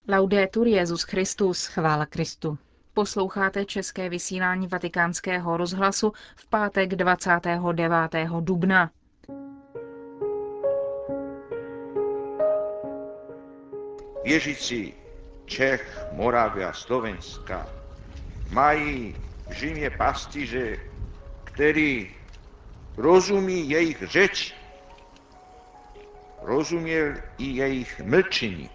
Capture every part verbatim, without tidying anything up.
Laudetur Jesus Christus. Chvála Kristu. Posloucháte české vysílání Vatikánského rozhlasu v pátek dvacátého devátého dubna. Věřící Čech, Moravy a Slovenska mají v Římě pastýře, který rozumí jejich řeč, rozuměl i jejich mlčení.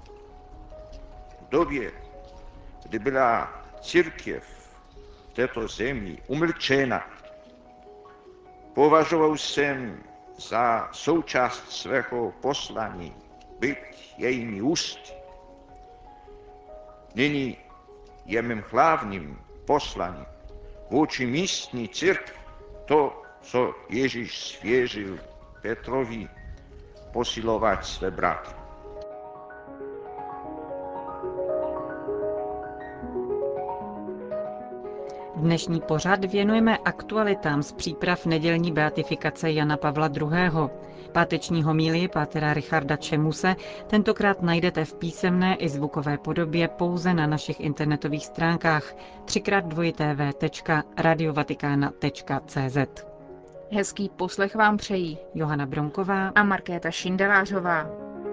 V době, kdy byla církev v této zemi umlčena, považoval jsem za součást svého poslání být jejími ústy. Nyní je mým hlavním posláním vůči místní církvi to, co Ježíš svěřil Petrovi, posilovat své bratry. Dnešní pořad věnujeme aktualitám z příprav nedělní beatifikace Jana Pavla druhého. Páteční homílii pátera Richarda Čemuse tentokrát najdete v písemné i zvukové podobě pouze na našich internetových stránkách třikrát dvojité v tečka radiovatikana tečka cé zet. Hezký poslech vám přejí Johana Bronková a Markéta Šindelářová.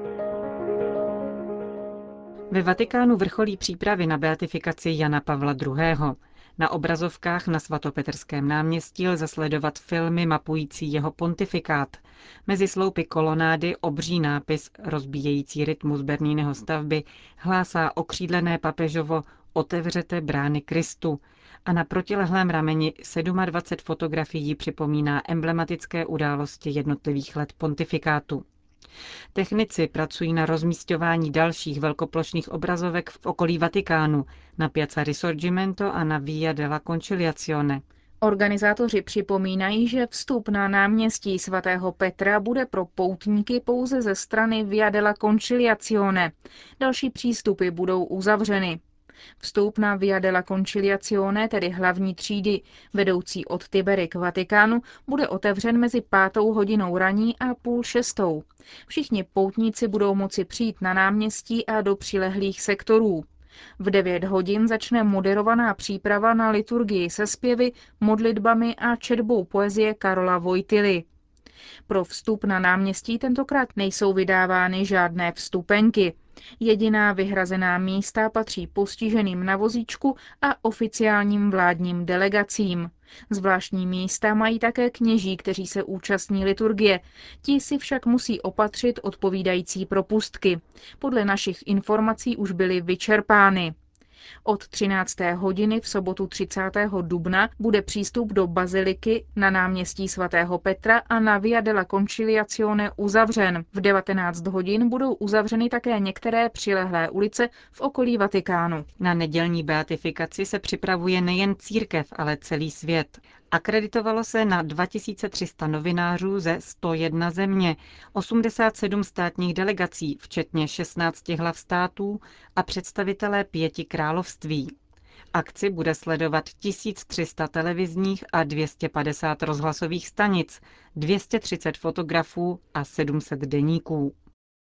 Ve Vatikánu vrcholí přípravy na beatifikaci Jana Pavla druhého. Na obrazovkách na svatopetrském náměstí lze sledovat filmy mapující jeho pontifikát. Mezi sloupy kolonády obří nápis rozbíjející rytmus Berniniho stavby hlásá okřídlené papežovo Otevřete brány Kristu a na protilehlém rameni dvacet sedm fotografií připomíná emblematické události jednotlivých let pontifikátu. Technici pracují na rozmísťování dalších velkoplošných obrazovek v okolí Vatikánu, na Piazza Risorgimento a na Via della Conciliazione. Organizátoři připomínají, že vstup na náměstí svatého Petra bude pro poutníky pouze ze strany Via della Conciliazione. Další přístupy budou uzavřeny. Vstup na Via della Conciliazione, tedy hlavní třídy vedoucí od Tibery k Vatikánu, bude otevřen mezi pátou hodinou raní a půl šestou. Všichni poutníci budou moci přijít na náměstí a do přilehlých sektorů. V devět hodin začne moderovaná příprava na liturgii se zpěvy, modlitbami a četbou poezie Karola Wojtyly. Pro vstup na náměstí tentokrát nejsou vydávány žádné vstupenky. Jediná vyhrazená místa patří postiženým na vozíčku a oficiálním vládním delegacím. Zvláštní místa mají také kněží, kteří se účastní liturgie. Ti si však musí opatřit odpovídající propustky. Podle našich informací už byly vyčerpány. Od třinácté hodiny v sobotu třicátého dubna bude přístup do baziliky na náměstí svatého Petra a na Via della Conciliazione uzavřen. V devatenáct hodin budou uzavřeny také některé přilehlé ulice v okolí Vatikánu. Na nedělní beatifikaci se připravuje nejen církev, ale celý svět. Akreditovalo se na dva tisíce tři sta novinářů ze sto jedna země, osmdesát sedm státních delegací, včetně šestnácti hlav států a představitelé pěti království. Akci bude sledovat tisíc tři sta televizních a dvě stě padesát rozhlasových stanic, dvě stě třicet fotografů a sedm set deníků.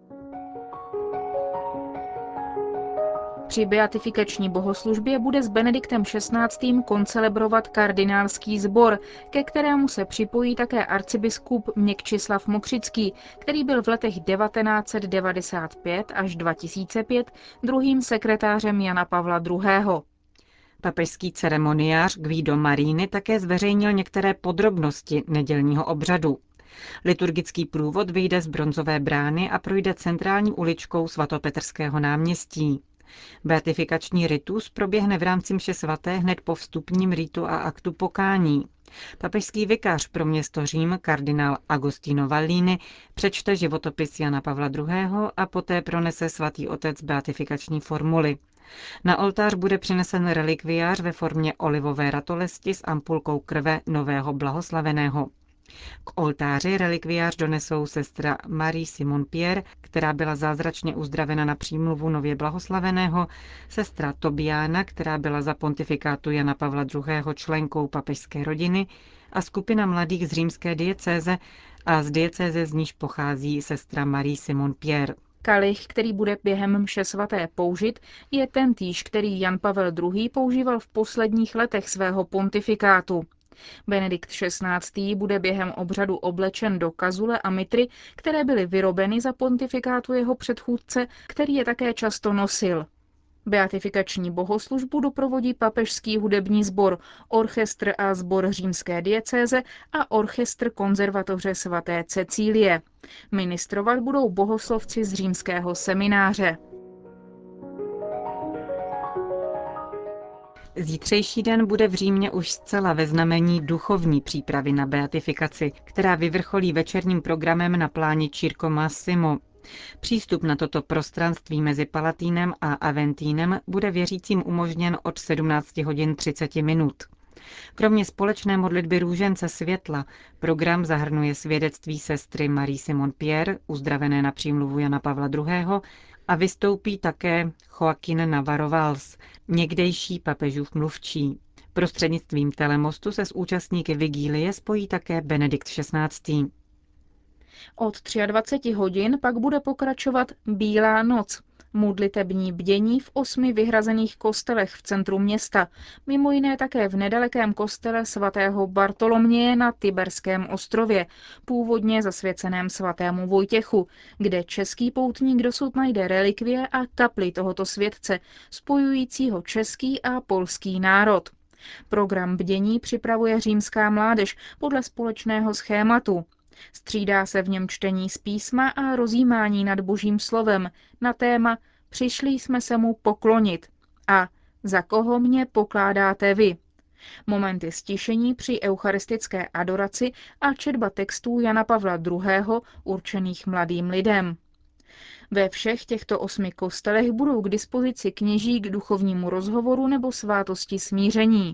Při beatifikační bohoslužbě bude s Benediktem šestnáctým koncelebrovat kardinálský sbor, ke kterému se připojí také arcibiskup Měkčislav Mokřický, který byl v letech devatenáct set devadesát pět až dva tisíce pět druhým sekretářem Jana Pavla druhého. Papežský ceremoniář Guido Marini také zveřejnil některé podrobnosti nedělního obřadu. Liturgický průvod vyjde z Bronzové brány a projde centrální uličkou svatopetrského náměstí. Beatifikační ritus proběhne v rámci mše svaté hned po vstupním ritu a aktu pokání. Papežský vikář pro město Řím, kardinál Agostino Vallini, přečte životopis Jana Pavla druhého. a poté pronese svatý otec beatifikační formuly. Na oltář bude přinesen relikviář ve formě olivové ratolesti s ampulkou krve nového blahoslaveného. K oltáři relikviář donesou sestra Marie Simon Pierre, která byla zázračně uzdravena na přímluvu nově blahoslaveného, sestra Tobiána, která byla za pontifikátu Jana Pavla druhého. členkou papežské rodiny, a skupina mladých z římské diecéze a z diecéze, z níž pochází sestra Marie Simon Pierre. Kalich, který bude během mše svaté použit, je tentýž, který Jan Pavel druhý. používal v posledních letech svého pontifikátu. Benedikt šestnáctý. bude během obřadu oblečen do kazule a mitry, které byly vyrobeny za pontifikátu jeho předchůdce, který je také často nosil. Beatifikační bohoslužbu doprovodí papežský hudební sbor, orchestr a sbor římské diecéze a orchestr konzervatoře svaté Cecílie. Ministrovat budou bohoslovci z římského semináře. Zítřejší den bude v Římě už zcela ve znamení duchovní přípravy na beatifikaci, která vyvrcholí večerním programem na pláni Circo Massimo. Přístup na toto prostranství mezi Palatínem a Aventínem bude věřícím umožněn od sedmnáct hodin třicet minut. Kromě společné modlitby růžence světla program zahrnuje svědectví sestry Marie Simon Pierre, uzdravené na přímluvu Jana Pavla druhého., a vystoupí také Joaquín Navarro Valls, někdejší papežův mluvčí. Prostřednictvím telemostu se s účastníky vigílie spojí také Benedikt šestnáctý. Od dvacet tři hodin pak bude pokračovat Bílá noc, modlitební bdění v osmi vyhrazených kostelech v centru města, mimo jiné také v nedalekém kostele svatého Bartoloměje na Tiberském ostrově, původně zasvěceném svatému Vojtěchu, kde český poutník dosud najde relikvie a kapli tohoto světce, spojujícího český a polský národ. Program bdění připravuje římská mládež podle společného schématu. Střídá se v něm čtení z písma a rozjímání nad Božím slovem na téma Přišli jsme se mu poklonit a Za koho mě pokládáte vy. Momenty stišení při eucharistické adoraci a četba textů Jana Pavla druhého. určených mladým lidem. Ve všech těchto osmi kostelech budou k dispozici kněží k duchovnímu rozhovoru nebo svátosti smíření.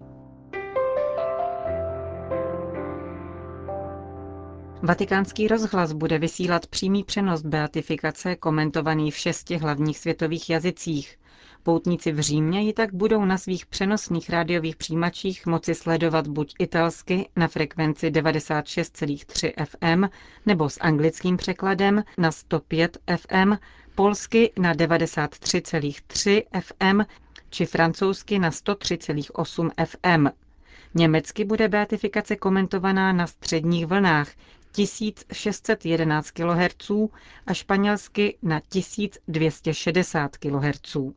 Vatikánský rozhlas bude vysílat přímý přenos beatifikace komentovaný v šesti hlavních světových jazycích. Poutníci v Římě ji tak budou na svých přenosných rádiových přijímačích moci sledovat buď italsky na frekvenci devadesát šest celá tři F M nebo s anglickým překladem na sto pět F M, polsky na devadesát tři celá tři F M či francouzsky na sto tři celá osm F M. Německy bude beatifikace komentovaná na středních vlnách tisíc šest set jedenáct kilohertzů a španělsky na tisíc dvě stě šedesát kilohertzů.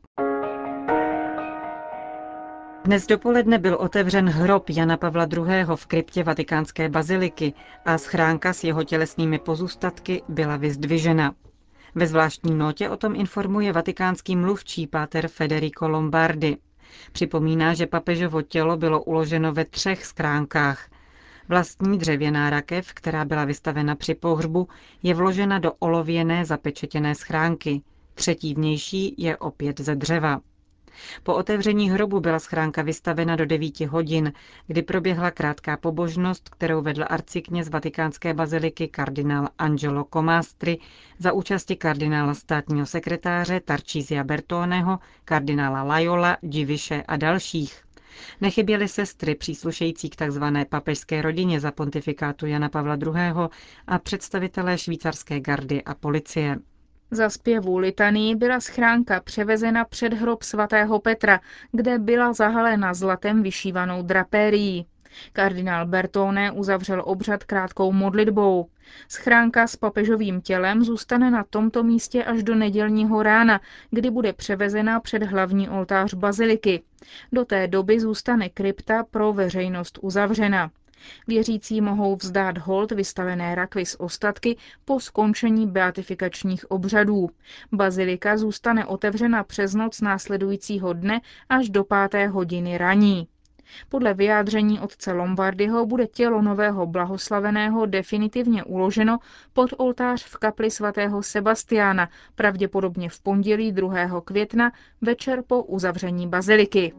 Dnes dopoledne byl otevřen hrob Jana Pavla druhého. v kryptě vatikánské baziliky a schránka s jeho tělesnými pozůstatky byla vyzdvižena. Ve zvláštní notě o tom informuje vatikánský mluvčí páter Federico Lombardi. Připomíná, že papežovo tělo bylo uloženo ve třech schránkách. Vlastní dřevěná rakev, která byla vystavena při pohřbu, je vložena do olověné zapečetěné schránky. Třetí vnější je opět ze dřeva. Po otevření hrobu byla schránka vystavena do devíti hodin, kdy proběhla krátká pobožnost, kterou vedl arcikněz vatikánské baziliky kardinál Angelo Comastri za účasti kardinála státního sekretáře Tarcisia Bertoneho, kardinála Laiola, Diviše a dalších. Nechyběly sestry příslušející k tzv. Papežské rodině za pontifikátu Jana Pavla druhého. a představitelé švýcarské gardy a policie. Za zpěvu litanii byla schránka převezena před hrob svatého Petra, kde byla zahalena zlatem vyšívanou drapérií. Kardinál Bertone uzavřel obřad krátkou modlitbou. Schránka s papežovým tělem zůstane na tomto místě až do nedělního rána, kdy bude převezena před hlavní oltář baziliky. Do té doby zůstane krypta pro veřejnost uzavřena. Věřící mohou vzdát hold vystavené rakvi s ostatky po skončení beatifikačních obřadů. Bazilika zůstane otevřena přes noc následujícího dne až do páté hodiny raní. Podle vyjádření otce Lombardiho bude tělo nového blahoslaveného definitivně uloženo pod oltář v kapli svatého Sebastiána, pravděpodobně v pondělí druhého května, večer po uzavření baziliky.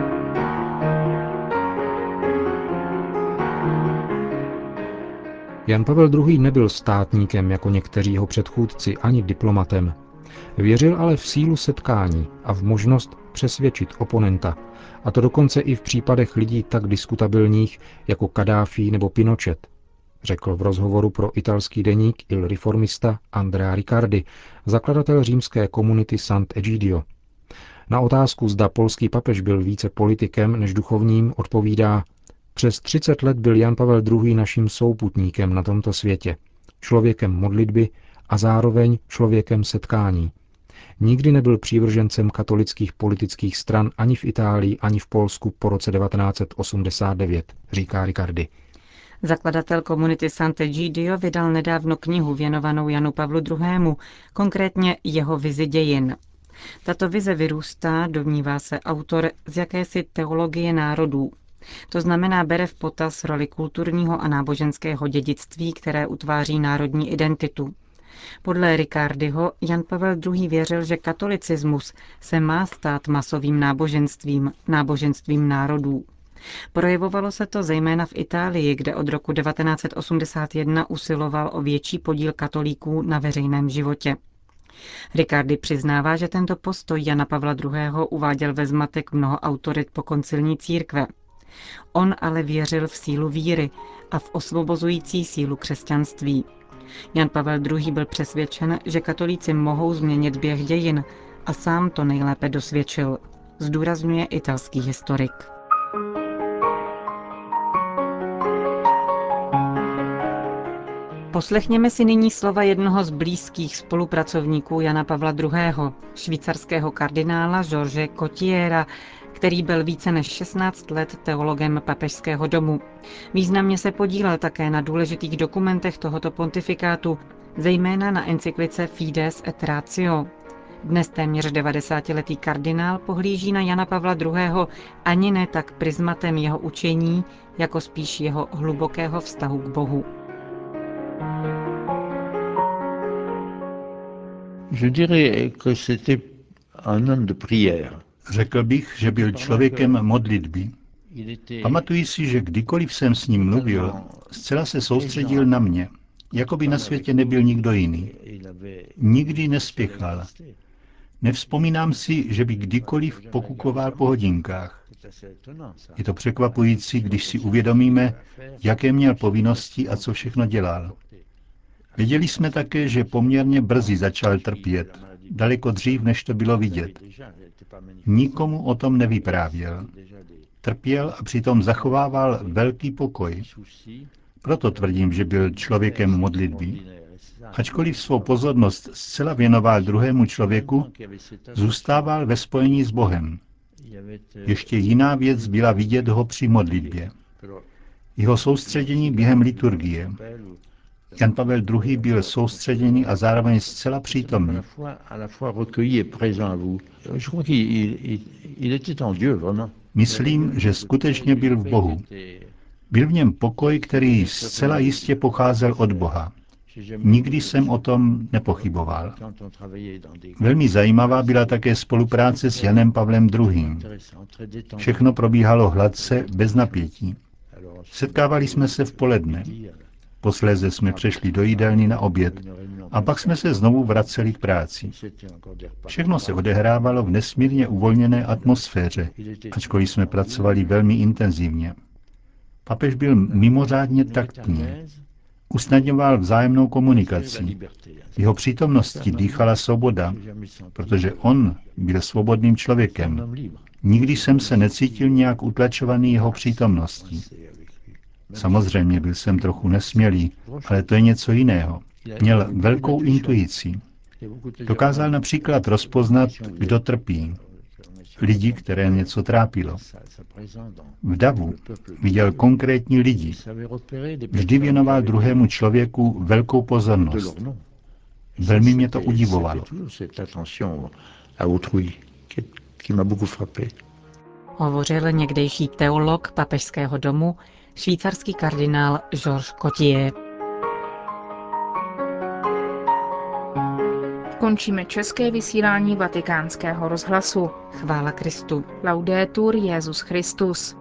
Jan Pavel druhý. nebyl státníkem jako někteří jeho předchůdci ani diplomatem. Věřil ale v sílu setkání a v možnost přesvědčit oponenta, a to dokonce i v případech lidí tak diskutabilních jako Kaddáfí nebo Pinochet. řekl v rozhovoru pro italský deník Il Riformista Andrea Riccardi, zakladatel římské komunity Sant'Egidio. Na otázku, zda polský papež byl více politikem než duchovním, odpovídá: přes třicet let byl Jan Pavel druhý. Naším souputníkem na tomto světě, člověkem modlitby a zároveň člověkem setkání. Nikdy nebyl přívržencem katolických politických stran ani v Itálii, ani v Polsku po roce devatenáct set osmdesát devět, říká Riccardi. Zakladatel komunity Sant'Egidio vydal nedávno knihu věnovanou Janu Pavlu druhému., konkrétně jeho vizi dějin. Tato vize vyrůstá, domnívá se autor, z jakési teologie národů. To znamená, bere v potaz roli kulturního a náboženského dědictví, které utváří národní identitu. Podle Riccardiho Jan Pavel druhý. Věřil, že katolicismus se má stát masovým náboženstvím, náboženstvím národů. Projevovalo se to zejména v Itálii, kde od roku devatenáct set osmdesát jedna usiloval o větší podíl katolíků na veřejném životě. Riccardi přiznává, že tento postoj Jana Pavla druhého. Uváděl ve zmatek mnoho autorit pokoncilní církve. On ale věřil v sílu víry a v osvobozující sílu křesťanství. Jan Pavel druhý. Byl přesvědčen, že katolíci mohou změnit běh dějin a sám to nejlépe dosvědčil, zdůrazňuje italský historik. Poslechněme si nyní slova jednoho z blízkých spolupracovníků Jana Pavla druhého., švýcarského kardinála George Cottiera, který byl více než šestnáct let teologem Papežského domu. Významně se podílel také na důležitých dokumentech tohoto pontifikátu, zejména na encyklice Fides et Ratio. Dnes téměř devadesátiletý kardinál pohlíží na Jana Pavla druhého. ani ne tak prismatem jeho učení, jako spíš jeho hlubokého vztahu k Bohu. Řekl bych, že byl člověkem modlitby. Pamatuji si, že kdykoliv jsem s ním mluvil, zcela se soustředil na mě, jako by na světě nebyl nikdo jiný. Nikdy nespěchal. Nevzpomínám si, že by kdykoliv pokukoval po hodinkách. Je to překvapující, když si uvědomíme, jaké měl povinnosti a co všechno dělal. Věděli jsme také, že poměrně brzy začal trpět, daleko dřív, než to bylo vidět. Nikomu o tom nevyprávěl. Trpěl a přitom zachovával velký pokoj. Proto tvrdím, že byl člověkem modlitby. Ačkoliv svou pozornost zcela věnoval druhému člověku, zůstával ve spojení s Bohem. Ještě jiná věc byla vidět ho při modlitbě. Jeho soustředění během liturgie. Jan Pavel druhý. Byl soustředěný a zároveň zcela přítomný. Myslím, že skutečně byl v Bohu. Byl v něm pokoj, který zcela jistě pocházel od Boha. Nikdy jsem o tom nepochyboval. Velmi zajímavá byla také spolupráce s Janem Pavlem druhým. Všechno probíhalo hladce, bez napětí. Setkávali jsme se v poledne. Posléze jsme přešli do jídelny na oběd a pak jsme se znovu vraceli k práci. Všechno se odehrávalo v nesmírně uvolněné atmosféře, ačkoliv jsme pracovali velmi intenzivně. Papež byl mimořádně taktní. Usnadňoval vzájemnou komunikaci. V jeho přítomnosti dýchala svoboda, protože on byl svobodným člověkem. Nikdy jsem se necítil nějak utlačovaný jeho přítomností. Samozřejmě byl jsem trochu nesmělý, ale to je něco jiného. Měl velkou intuici. Dokázal například rozpoznat, kdo trpí. Lidi, které něco trápilo. V davu viděl konkrétní lidi. Vždy věnoval druhému člověku velkou pozornost. Velmi mě to udivovalo. Hovořil někdejší teolog Papežského domu, švýcarský kardinál Georges Cottier. Končíme české vysílání Vatikánského rozhlasu. Chvála Kristu. Laudetur Jesus Christus.